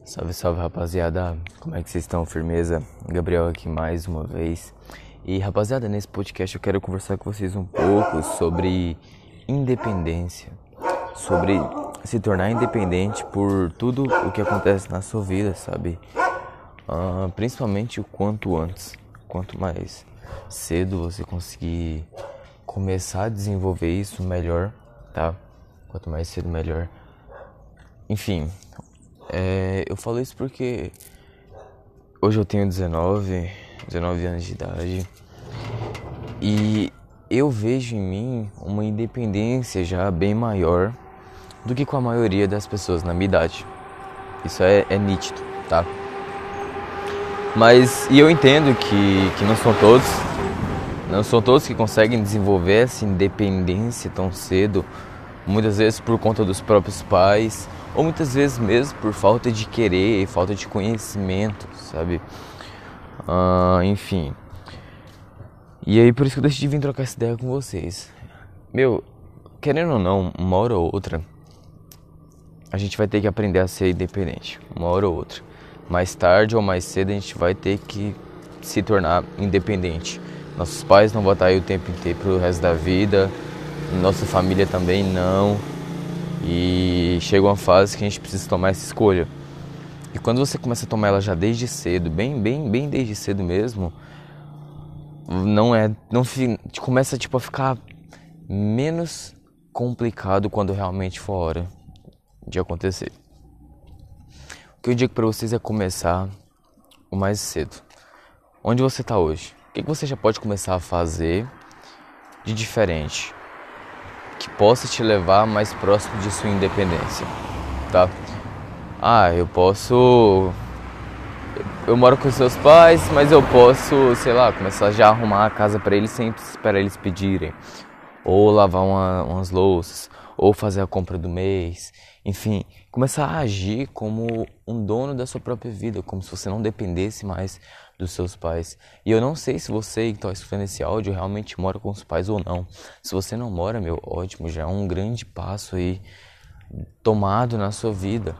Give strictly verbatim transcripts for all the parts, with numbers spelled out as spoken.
Salve, salve, rapaziada, como é que vocês estão? Firmeza? Gabriel aqui mais uma vez. E rapaziada, nesse podcast eu quero conversar com vocês um pouco sobre independência, sobre se tornar independente por tudo o que acontece na sua vida, sabe? Uh, principalmente o quanto antes, quanto mais cedo você conseguir começar a desenvolver isso, melhor, tá? Quanto mais cedo, melhor. Enfim, é, eu falo isso porque hoje eu tenho dezenove, dezenove anos de idade e eu vejo em mim uma independência já bem maior do que com a maioria das pessoas na minha idade. Isso é, é nítido, tá? Mas, e eu entendo que, que não são todos, não são todos que conseguem desenvolver essa independência tão cedo, muitas vezes por conta dos próprios pais, ou muitas vezes mesmo por falta de querer, falta de conhecimento, sabe? Ah, enfim. E aí por isso que eu decidi vir trocar essa ideia com vocês. Meu, querendo ou não, uma hora ou outra, a gente vai ter que aprender a ser independente, uma hora ou outra. Mais tarde ou mais cedo a gente vai ter que se tornar independente. Nossos pais não vão estar aí o tempo inteiro pro resto da vida, nossa família também não. E chega uma fase que a gente precisa tomar essa escolha. E quando você começa a tomar ela já desde cedo, bem, bem, bem desde cedo mesmo, não é, não começa tipo a ficar menos complicado quando realmente for hora de acontecer. O que eu digo pra vocês é começar o mais cedo. Onde você tá hoje? O que você já pode começar a fazer de diferente que possa te levar mais próximo de sua independência, tá? Ah, eu posso... Eu moro com seus pais, mas eu posso, sei lá, começar já a arrumar a casa pra eles sem esperar eles pedirem. Ou lavar uma, umas louças, ou fazer a compra do mês. Enfim, começar a agir como um dono da sua própria vida, como se você não dependesse mais dos seus pais. E eu não sei se você que está escutando esse áudio realmente mora com os pais ou não. Se você não mora, meu, ótimo, já é um grande passo aí tomado na sua vida.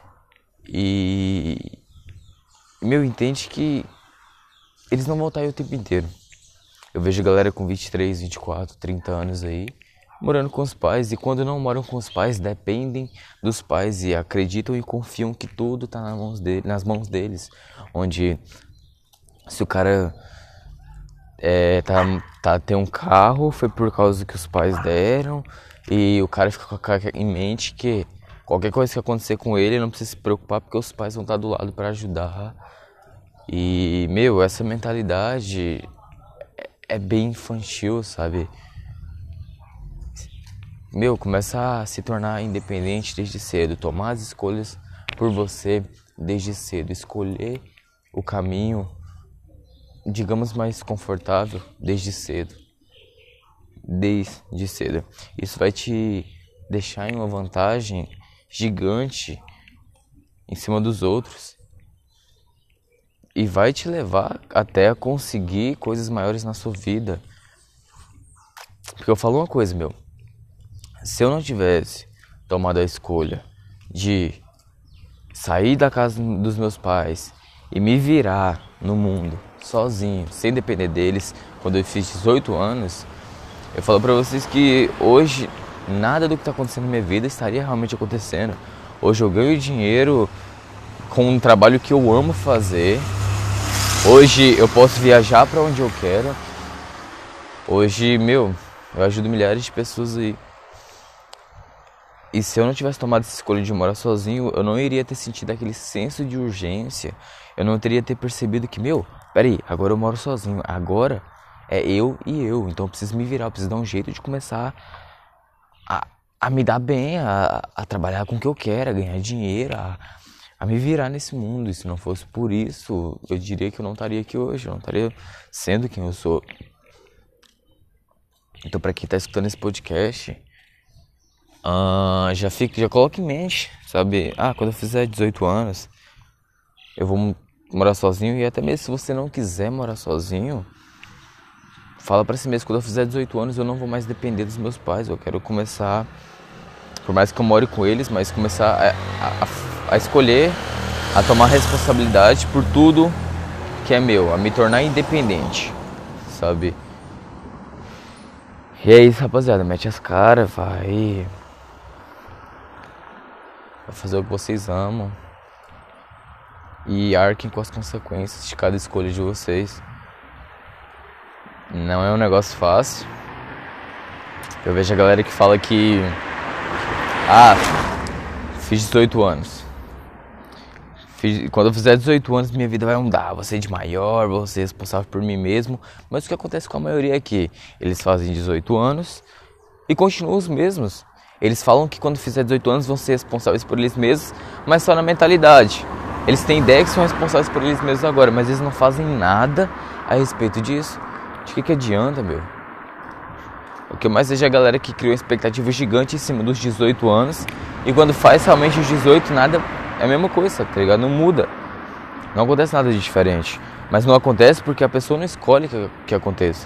E, meu, entende que eles não vão estar aí o tempo inteiro. Eu vejo galera com vinte e três, vinte e quatro, trinta anos aí, morando com os pais, e quando não moram com os pais, dependem dos pais e acreditam e confiam que tudo está nas mãos dele, nas mãos deles. Onde, se o cara é, tá, tá, tem um carro, foi por causa que os pais deram, e o cara fica com em mente que qualquer coisa que acontecer com ele, ele não precisa se preocupar porque os pais vão estar do lado para ajudar. E, meu, essa mentalidade é bem infantil, sabe? Meu, começa a se tornar independente desde cedo, tomar as escolhas por você desde cedo, escolher o caminho, digamos, mais confortável desde cedo, desde cedo. Isso vai te deixar em uma vantagem gigante em cima dos outros e vai te levar até a conseguir coisas maiores na sua vida. Porque eu falo uma coisa, meu, se eu não tivesse tomado a escolha de sair da casa dos meus pais e me virar no mundo sozinho, sem depender deles, quando eu fiz dezoito anos, eu falo pra vocês que hoje nada do que tá acontecendo na minha vida estaria realmente acontecendo. Hoje eu ganho dinheiro com um trabalho que eu amo fazer. Hoje eu posso viajar pra onde eu quero. Hoje, meu, eu ajudo milhares de pessoas aí. E se eu não tivesse tomado essa escolha de morar sozinho, eu não iria ter sentido aquele senso de urgência. Eu não teria ter percebido que, meu, peraí, agora eu moro sozinho. Agora é eu e eu. Então eu preciso me virar, eu preciso dar um jeito de começar a, a me dar bem, a, a trabalhar com o que eu quero, a ganhar dinheiro, a, a me virar nesse mundo. E se não fosse por isso, eu diria que eu não estaria aqui hoje, eu não estaria sendo quem eu sou. Então, pra quem tá escutando esse podcast, uh, já, fica, já coloca em mente, sabe? Ah, quando eu fizer dezoito anos, eu vou morar sozinho. E até mesmo se você não quiser morar sozinho, fala pra si mesmo, quando eu fizer dezoito anos, eu não vou mais depender dos meus pais. Eu quero começar, por mais que eu more com eles, mas começar a, a, a escolher a tomar responsabilidade por tudo que é meu, a me tornar independente, sabe? E é isso, rapaziada, mete as caras, vai. Vai fazer o que vocês amam. E arquem com as consequências de cada escolha de vocês. Não é um negócio fácil. Eu vejo a galera que fala que... Ah, fiz dezoito anos. Fiz... Quando eu fizer dezoito anos, minha vida vai mudar. Vou ser de maior, vou ser responsável por mim mesmo. Mas o que acontece com a maioria aqui? Eles fazem dezoito anos e continuam os mesmos. Eles falam que quando fizer dezoito anos vão ser responsáveis por eles mesmos, mas só na mentalidade. Eles têm ideia que são responsáveis por eles mesmos agora, mas eles não fazem nada a respeito disso. De que que adianta, meu? O que eu mais vejo é a galera que criou uma expectativa gigante em cima dos dezoito anos, e quando faz realmente os dezoito, nada, é a mesma coisa, tá ligado? Não muda. Não acontece nada de diferente. Mas não acontece porque a pessoa não escolhe que, que aconteça.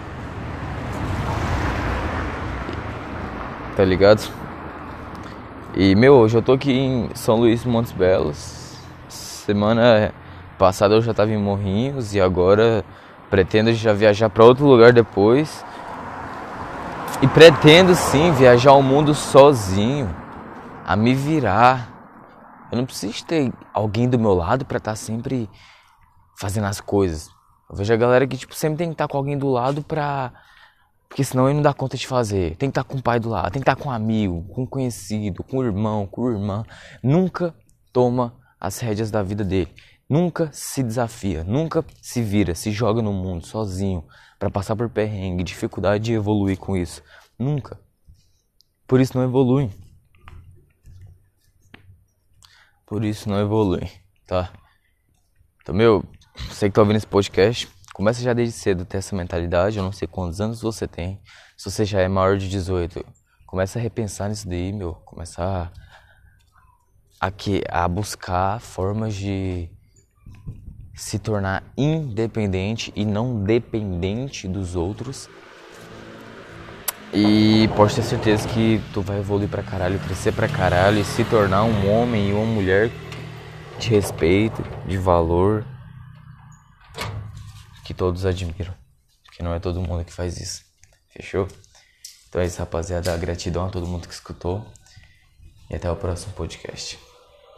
Tá ligado? E, meu, hoje eu tô aqui em São Luís, Montes Belos. Semana passada eu já tava em Morrinhos e agora pretendo já viajar pra outro lugar depois. E pretendo sim viajar o mundo sozinho, a me virar. Eu não preciso ter alguém do meu lado pra estar sempre fazendo as coisas. Eu vejo a galera que tipo, sempre tem que estar com alguém do lado pra... Porque senão ele não dá conta de fazer. Tem que estar com o pai do lado, tem que estar com um amigo, com um conhecido, com um irmão, com uma irmã. Nunca toma as rédeas da vida dele. Nunca se desafia, nunca se vira, se joga no mundo sozinho pra passar por perrengue, dificuldade de evoluir com isso. Nunca. Por isso não evolui. Por isso não evolui, tá? Então, meu, você que tá ouvindo esse podcast, começa já desde cedo a ter essa mentalidade. Eu não sei quantos anos você tem. Se você já é maior de dezoito, começa a repensar nisso daí, meu. Começa a, a, a buscar formas de se tornar independente e não dependente dos outros. E pode ter certeza que tu vai evoluir pra caralho, crescer pra caralho e se tornar um homem e uma mulher de respeito, de valor, que todos admiram. Porque não é todo mundo que faz isso. Fechou? Então é isso, rapaziada. Gratidão a todo mundo que escutou. E até o próximo podcast.